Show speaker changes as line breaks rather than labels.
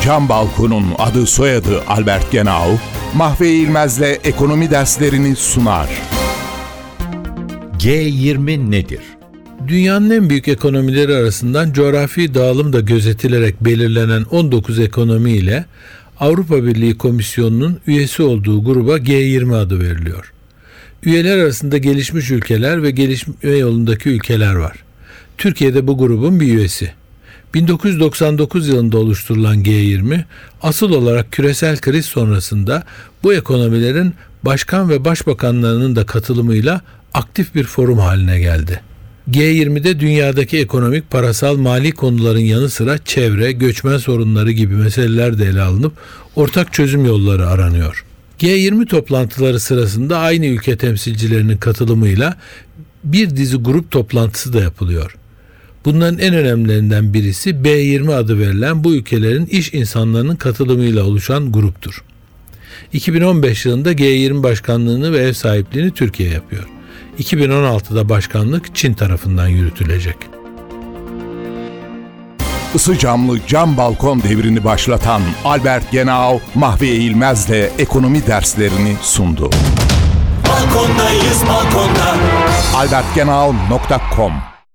Cam Balkon'un adı soyadı Albert Genau, Mahve İlmez'le ekonomi derslerini sunar.
G20 nedir?
Dünyanın en büyük ekonomileri arasından coğrafi dağılım da gözetilerek belirlenen 19 ekonomi ile Avrupa Birliği Komisyonu'nun üyesi olduğu gruba G20 adı veriliyor. Üyeler arasında gelişmiş ülkeler ve gelişme yolundaki ülkeler var. Türkiye de bu grubun bir üyesi. 1999 yılında oluşturulan G20, asıl olarak küresel kriz sonrasında bu ekonomilerin başkan ve başbakanlarının da katılımıyla aktif bir forum haline geldi. G20'de dünyadaki ekonomik, parasal, mali konuların yanı sıra çevre, göçmen sorunları gibi meseleler de ele alınıp ortak çözüm yolları aranıyor. G20 toplantıları sırasında aynı ülke temsilcilerinin katılımıyla bir dizi grup toplantısı da yapılıyor. Bunların en önemlilerinden birisi B20 adı verilen bu ülkelerin iş insanlarının katılımıyla oluşan gruptur. 2015 yılında G20 başkanlığını ve ev sahipliğini Türkiye yapıyor. 2016'da başkanlık Çin tarafından yürütülecek.
Isı camlı cam balkon devrini başlatan Albert Genau, Mahve İlmez'le ekonomi derslerini sundu.
Balkondayız balkonda.
albertgenau.com